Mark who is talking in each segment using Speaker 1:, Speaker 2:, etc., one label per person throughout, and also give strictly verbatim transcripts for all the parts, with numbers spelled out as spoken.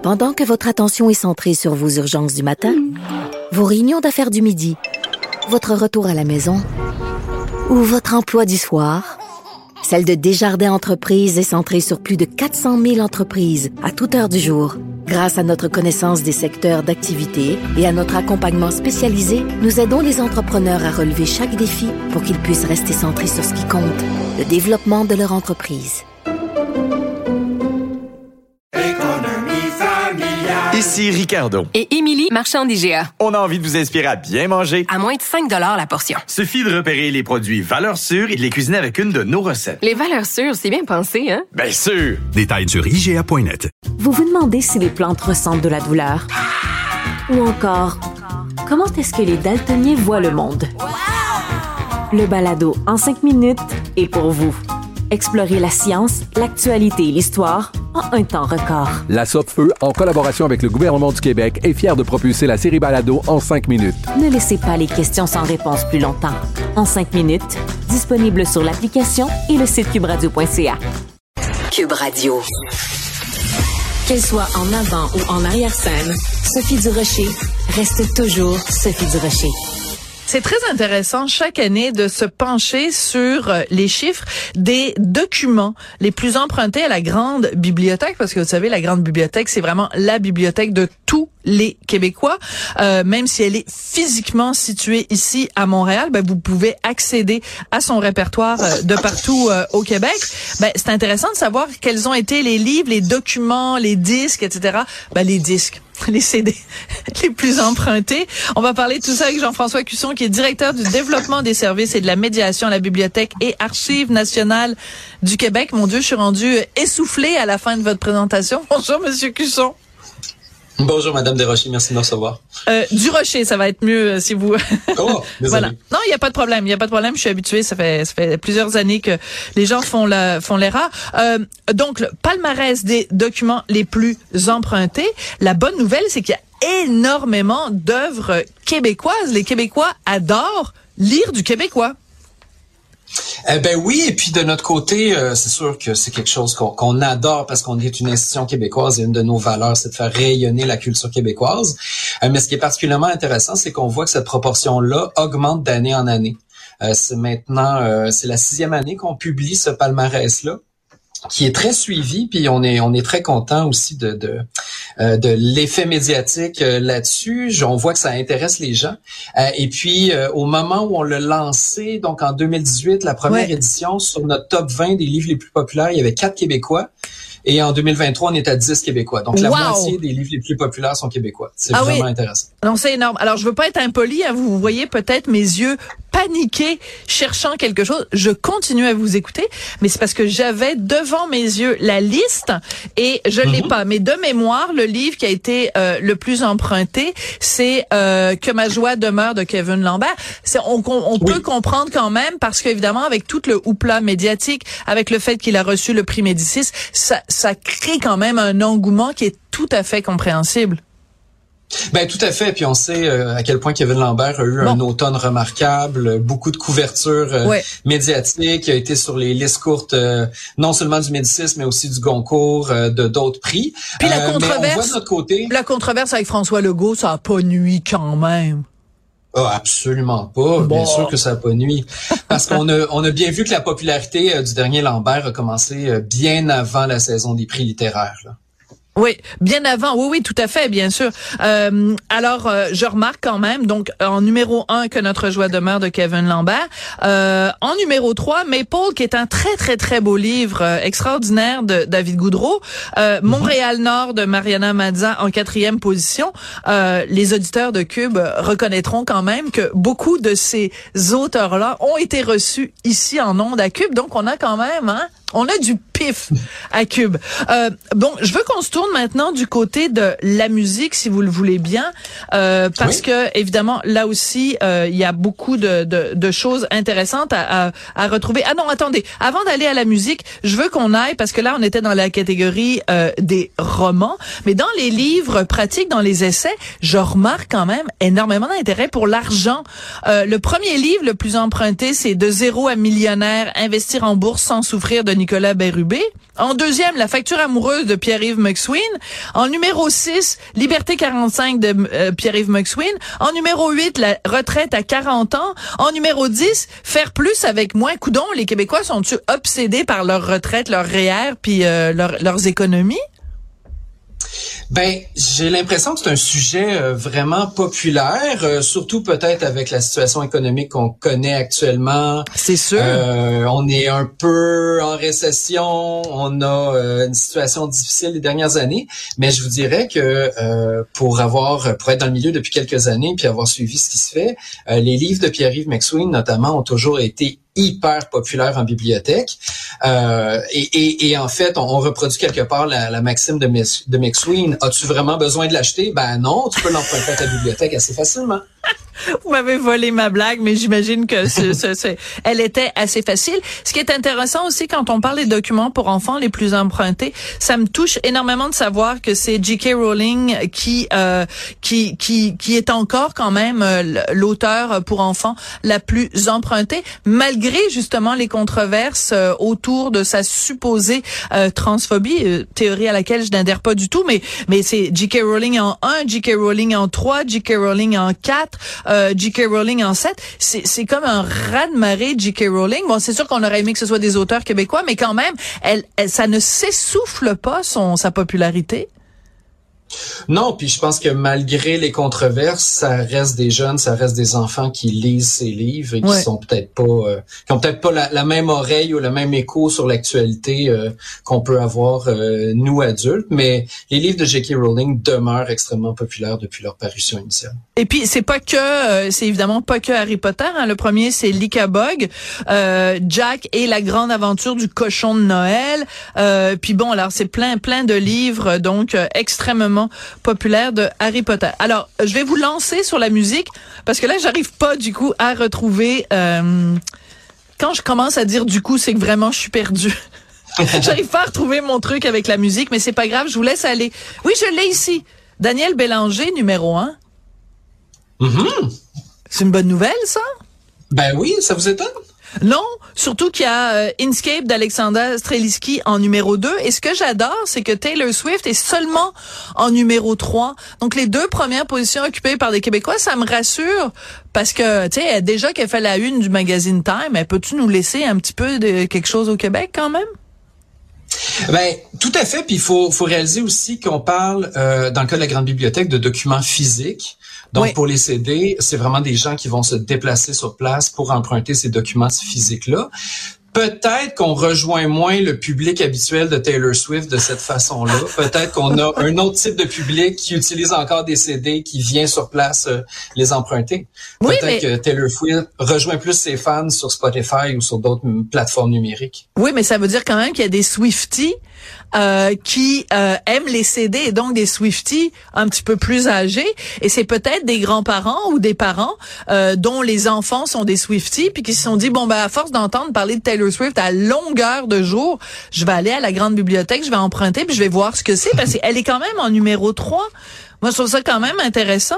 Speaker 1: Pendant que votre attention est centrée sur vos urgences du matin, vos réunions d'affaires du midi, votre retour à la maison ou votre emploi du soir, celle de Desjardins Entreprises est centrée sur plus de quatre cent mille entreprises à toute heure du jour. Grâce à notre connaissance des secteurs d'activité et à notre accompagnement spécialisé, nous aidons les entrepreneurs à relever chaque défi pour qu'ils puissent rester centrés sur ce qui compte, le développement de leur entreprise.
Speaker 2: Ici Ricardo.
Speaker 3: Et Émilie, marchand d'I G A.
Speaker 2: On a envie de vous inspirer à bien manger.
Speaker 3: À moins de cinq dollars la portion.
Speaker 2: Suffit de repérer les produits valeurs sûres et de les cuisiner avec une de nos recettes.
Speaker 3: Les valeurs sûres, c'est bien pensé, hein?
Speaker 2: Bien sûr!
Speaker 4: Détails sur I G A point net.
Speaker 5: Vous vous demandez si les plantes ressentent de la douleur? Ou encore, comment est-ce que les daltoniens voient le monde? Le balado en cinq minutes est pour vous. Explorez la science, l'actualité et l'histoire en un temps record.
Speaker 6: La Sopfeu, en collaboration avec le gouvernement du Québec, est fière de propulser la série Balado en cinq minutes.
Speaker 5: Ne laissez pas les questions sans réponse plus longtemps. En cinq minutes, disponible sur l'application et le site cube radio point c a.
Speaker 1: Cube Radio. Qu'elle soit en avant ou en arrière-scène, Sophie Durocher reste toujours Sophie Durocher.
Speaker 7: C'est très intéressant chaque année de se pencher sur les chiffres des documents les plus empruntés à la grande bibliothèque, parce que vous savez, la grande bibliothèque, c'est vraiment la bibliothèque de tous les Québécois. Euh, même si elle est physiquement située ici à Montréal, ben, vous pouvez accéder à son répertoire euh, de partout euh, au Québec. Ben, c'est intéressant de savoir quels ont été les livres, les documents, les disques, et cetera. Ben, les disques. Les C D les plus empruntés. On va parler de tout ça avec Jean-François Cusson, qui est directeur du développement des services et de la médiation à la Bibliothèque et Archives nationales du Québec. Mon Dieu, je suis rendue essoufflée à la fin de votre présentation. Bonjour, Monsieur Cusson.
Speaker 8: Bonjour, Madame Desrochers, merci de me recevoir.
Speaker 7: Euh, du Rocher, ça va être mieux euh, si vous...
Speaker 8: Oh, désolé.
Speaker 7: Voilà. Non, il n'y a pas de problème, il n'y a pas de problème, je suis habituée, ça fait, ça fait plusieurs années que les gens font la, font l'erreur. Euh, donc, le palmarès des documents les plus empruntés. La bonne nouvelle, c'est qu'il y a énormément d'œuvres québécoises. Les Québécois adorent lire du québécois.
Speaker 8: Eh ben oui, et puis de notre côté, euh, c'est sûr que c'est quelque chose qu'on, qu'on adore parce qu'on est une institution québécoise et une de nos valeurs, c'est de faire rayonner la culture québécoise. Euh, mais ce qui est particulièrement intéressant, c'est qu'on voit que cette proportion-là augmente d'année en année. Euh, c'est maintenant, euh, c'est la sixième année qu'on publie ce palmarès-là, qui est très suivi, puis on est on est très content aussi de de euh, de l'effet médiatique euh, là-dessus. On voit que ça intéresse les gens. Euh, et puis euh, au moment où on l'a lancé, donc en deux mille dix-huit, la première ouais. édition, sur notre top vingt des livres les plus populaires, il y avait quatre Québécois. Et en deux mille vingt-trois, on est à dix Québécois. Donc, la wow. moitié des livres les plus populaires sont québécois. C'est ah vraiment oui. intéressant.
Speaker 7: Non, c'est énorme. Alors, je veux pas être impoli, hein, vous voyez peut-être mes yeux paniqués, cherchant quelque chose. Je continue à vous écouter, mais c'est parce que j'avais devant mes yeux la liste et je mm-hmm. l'ai pas. Mais de mémoire, le livre qui a été euh, le plus emprunté, c'est euh, Que ma joie demeure de Kevin Lambert. C'est, on on oui. peut comprendre quand même parce qu'évidemment, avec tout le houpla médiatique, avec le fait qu'il a reçu le prix Médicis, ça ça crée quand même un engouement qui est tout à fait compréhensible.
Speaker 8: Ben tout à fait, puis on sait euh, à quel point Kevin Lambert a eu bon. un automne remarquable, beaucoup de couvertures euh, ouais. médiatiques, a été sur les listes courtes euh, non seulement du Médicis mais aussi du Goncourt, euh, de d'autres prix.
Speaker 7: Puis la
Speaker 8: euh,
Speaker 7: controverse,
Speaker 8: mais on voit de notre côté,
Speaker 7: la controverse avec François Legault, ça a pas nui quand même.
Speaker 8: Oh, absolument pas. Bon. Bien sûr que ça n'a pas nuit. Parce qu'on a, on a bien vu que la popularité euh, du dernier Lambert a commencé euh, bien avant la saison des prix littéraires, là.
Speaker 7: Oui, bien avant. Oui, oui, tout à fait, bien sûr. Euh, alors, euh, je remarque quand même, donc, en numéro un, Que notre joie demeure de Kevin Lambert. Euh, en numéro trois, Maple, qui est un très, très, très beau livre euh, extraordinaire de David Goudreau. Euh, mm-hmm. Montréal-Nord de Mariana Mazza en quatrième position. Euh, les auditeurs de Cube reconnaîtront quand même que beaucoup de ces auteurs-là ont été reçus ici en ondes à Cube. Donc, on a quand même, hein, on a du pif à Cube. Euh, bon, je veux qu'on se tourne maintenant du côté de la musique, si vous le voulez bien, euh, parce oui. que évidemment là aussi euh, il y a beaucoup de, de, de choses intéressantes à, à, à retrouver. Ah non, attendez, avant d'aller à la musique, je veux qu'on aille, parce que là on était dans la catégorie euh, des romans, mais dans les livres pratiques, dans les essais, je remarque quand même énormément d'intérêt pour l'argent. Euh, le premier livre le plus emprunté, c'est De zéro à millionnaire, investir en bourse sans souffrir de Nicolas Bérubé. En deuxième, La facture amoureuse de Pierre-Yves McSween. En numéro six, Liberté quarante-cinq de euh, Pierre-Yves McSween. En numéro huit, La retraite à quarante ans. En numéro dix, Faire plus avec moins. Coudon, les Québécois sont-ils obsédés par leur retraite, leur R E E R, puis euh, leur, leurs économies?
Speaker 8: Ben, j'ai l'impression que c'est un sujet euh, vraiment populaire, euh, surtout peut-être avec la situation économique qu'on connaît actuellement.
Speaker 7: C'est sûr.
Speaker 8: Euh, on est un peu en récession, on a euh, une situation difficile les dernières années, mais je vous dirais que euh, pour avoir, pour être dans le milieu depuis quelques années, puis avoir suivi ce qui se fait, euh, les livres de Pierre-Yves McSween notamment ont toujours été hyper populaire en bibliothèque. Euh, et, et, et en fait, on, on reproduit quelque part la, la maxime de, Mes, de McSween. As-tu vraiment besoin de l'acheter? Ben non, tu peux l'emprunter à ta bibliothèque assez facilement.
Speaker 7: Vous m'avez volé ma blague, mais j'imagine que ce, ce, ce, elle était assez facile. Ce qui est intéressant aussi quand on parle des documents pour enfants les plus empruntés, ça me touche énormément de savoir que c'est J K Rowling qui euh, qui qui qui est encore quand même euh, l'auteur pour enfants la plus empruntée, malgré justement les controverses euh, autour de sa supposée euh, transphobie, euh, théorie à laquelle je n'adhère pas du tout, mais mais c'est J K Rowling en un, J K Rowling en trois, J K Rowling en quatre. Euh, J K Rowling en sept, c'est c'est comme un raz-de-marée J K Rowling. Bon, c'est sûr qu'on aurait aimé que ce soit des auteurs québécois, mais quand même, elle, elle ça ne s'essouffle pas son sa popularité.
Speaker 8: Non, puis je pense que malgré les controverses, ça reste des jeunes, ça reste des enfants qui lisent ces livres et qui ouais. sont peut-être pas, euh, qui ont peut-être pas la, la même oreille ou le même écho sur l'actualité euh, qu'on peut avoir euh, nous adultes, mais les livres de J K Rowling demeurent extrêmement populaires depuis leur parution initiale.
Speaker 7: Et puis c'est pas que, euh, c'est évidemment pas que Harry Potter. Hein. Le premier c'est l'Icabog, euh, Jack et la grande aventure du cochon de Noël. Euh, puis bon, alors c'est plein plein de livres donc euh, extrêmement populaire de Harry Potter. Alors, je vais vous lancer sur la musique parce que là, j'arrive pas du coup à retrouver. Euh, quand je commence à dire du coup, c'est que vraiment je suis perdue. J'arrive pas à retrouver mon truc avec la musique, mais c'est pas grave. Je vous laisse aller. Oui, je l'ai ici. Daniel Bélanger, numéro un.
Speaker 8: Mm-hmm.
Speaker 7: C'est une bonne nouvelle, ça?
Speaker 8: Ben oui, ça vous étonne?
Speaker 7: Non, surtout qu'il y a euh, Inkscape d'Alexander Strelitzky en numéro deux. Et ce que j'adore, c'est que Taylor Swift est seulement en numéro trois. Donc, les deux premières positions occupées par des Québécois, ça me rassure. Parce que, tu sais, déjà qu'elle fait la une du magazine Time, elle peut-tu nous laisser un petit peu de quelque chose au Québec quand même?
Speaker 8: Ben tout à fait. Puis il faut, faut réaliser aussi qu'on parle, euh, dans le cas de la Grande Bibliothèque, de documents physiques. Donc, oui. Pour les C D, c'est vraiment des gens qui vont se déplacer sur place pour emprunter ces documents physiques-là. Peut-être qu'on rejoint moins le public habituel de Taylor Swift de cette façon-là. Peut-être qu'on a un autre type de public qui utilise encore des C D, qui vient sur place euh, les emprunter.
Speaker 7: Oui,
Speaker 8: Peut-être
Speaker 7: mais...
Speaker 8: que Taylor Swift rejoint plus ses fans sur Spotify ou sur d'autres plateformes numériques.
Speaker 7: Oui, mais ça veut dire quand même qu'il y a des Swifties Euh, qui euh, aiment les C D et donc des Swifties un petit peu plus âgés, et c'est peut-être des grands-parents ou des parents euh, dont les enfants sont des Swifties puis qui se sont dit bon ben à force d'entendre parler de Taylor Swift à longueur de jour, je vais aller à la Grande Bibliothèque, je vais emprunter puis je vais voir ce que c'est parce qu'elle est quand même en numéro trois. Moi je trouve ça quand même intéressant.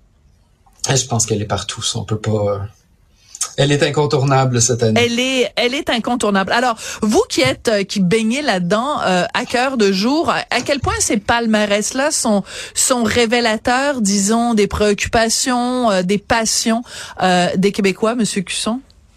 Speaker 8: Je pense qu'elle est partout, on peut pas euh... Elle est incontournable cette année.
Speaker 7: Elle est, elle est incontournable. Alors, vous qui êtes, euh, qui baignez là-dedans euh, à cœur de jour, à quel point ces palmarès-là sont, sont révélateurs, disons, des préoccupations, euh, des passions euh, des Québécois, Monsieur Cusson?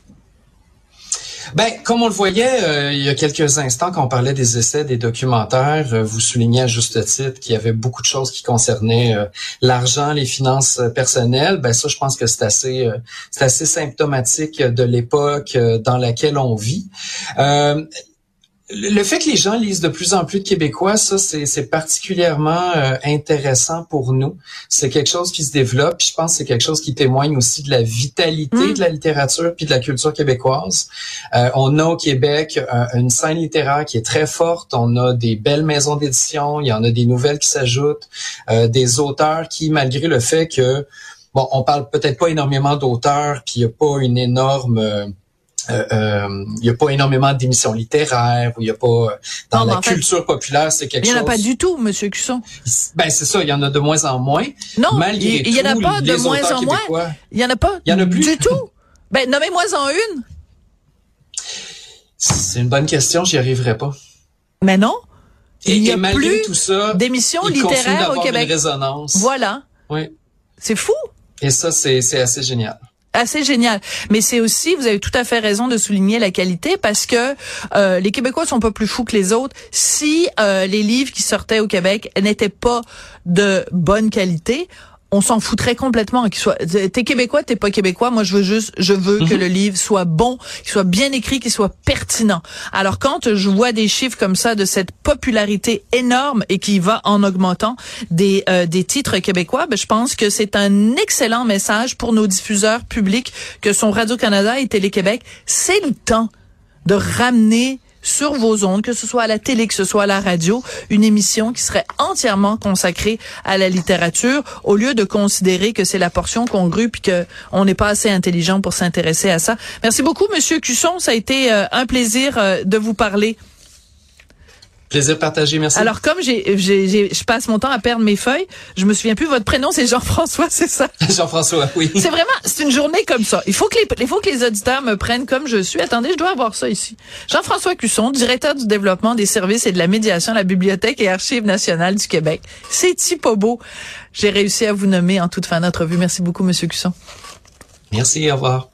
Speaker 8: Ben, comme on le voyait euh, il y a quelques instants quand on parlait des essais, des documentaires, euh, vous soulignez à juste titre qu'il y avait beaucoup de choses qui concernaient euh, l'argent, les finances euh, personnelles. Ben ça, je pense que c'est assez, euh, c'est assez symptomatique de l'époque euh, dans laquelle on vit. Euh, Le fait que les gens lisent de plus en plus de Québécois, ça, c'est, c'est particulièrement euh, intéressant pour nous. C'est quelque chose qui se développe, puis je pense que c'est quelque chose qui témoigne aussi de la vitalité mmh. de la littérature puis de la culture québécoise. Euh, on a au Québec euh, une scène littéraire qui est très forte. On a des belles maisons d'édition, il y en a des nouvelles qui s'ajoutent, euh, des auteurs qui, malgré le fait que, bon, on parle peut-être pas énormément d'auteurs, puis il n'y a pas une énorme... Euh, Il euh, euh, y a pas énormément d'émissions littéraires, ou il y a pas dans non, la culture fait, populaire, c'est quelque chose.
Speaker 7: Il y en a pas du tout, Monsieur Cusson.
Speaker 8: Ben c'est ça, il y en a de moins en moins.
Speaker 7: Non,
Speaker 8: malgré
Speaker 7: il y,
Speaker 8: tout,
Speaker 7: en a pas de moins en moins. Il y en a pas.
Speaker 8: Il y en a plus
Speaker 7: du tout. Ben nommez-moi en une.
Speaker 8: C'est une bonne question, j'y arriverai pas.
Speaker 7: Mais non.
Speaker 8: Et,
Speaker 7: il n'y a
Speaker 8: et malgré
Speaker 7: plus
Speaker 8: tout ça,
Speaker 7: d'émissions
Speaker 8: il continue
Speaker 7: littéraires au
Speaker 8: d'avoir
Speaker 7: Québec.
Speaker 8: une résonance.
Speaker 7: Voilà.
Speaker 8: Oui.
Speaker 7: C'est fou.
Speaker 8: Et ça, c'est, c'est assez génial.
Speaker 7: Assez génial. Mais c'est aussi, vous avez tout à fait raison de souligner la qualité parce que euh, les Québécois sont pas plus fous que les autres. Si euh, les livres qui sortaient au Québec n'étaient pas de bonne qualité, on s'en foutrait complètement. Qu'il soit, t'es Québécois, t'es pas Québécois. Moi, je veux juste, je veux mm-hmm. que le livre soit bon, qu'il soit bien écrit, qu'il soit pertinent. Alors, quand je vois des chiffres comme ça de cette popularité énorme et qui va en augmentant des euh, des titres québécois, ben, je pense que c'est un excellent message pour nos diffuseurs publics que sont Radio-Canada et Télé-Québec. C'est le temps de ramener sur vos ondes, que ce soit à la télé, que ce soit à la radio, une émission qui serait entièrement consacrée à la littérature, au lieu de considérer que c'est la portion congrue puis que on n'est pas assez intelligent pour s'intéresser à ça. Merci beaucoup, Monsieur Cusson. Ça a été euh, un plaisir euh, de vous parler.
Speaker 8: Plaisir partagé, merci.
Speaker 7: Alors, comme j'ai, j'ai, j'ai, je passe mon temps à perdre mes feuilles, je me souviens plus, votre prénom, c'est Jean-François, c'est ça?
Speaker 8: Jean-François, oui.
Speaker 7: C'est vraiment, c'est une journée comme ça. Il faut que les, il faut que les auditeurs me prennent comme je suis. Attendez, je dois avoir ça ici. Jean-François Cusson, directeur du développement des services et de la médiation à la Bibliothèque et Archives nationales du Québec. C'est-tu pas beau? J'ai réussi à vous nommer en toute fin d'entrevue. Merci beaucoup, Monsieur Cusson.
Speaker 8: Merci, au revoir.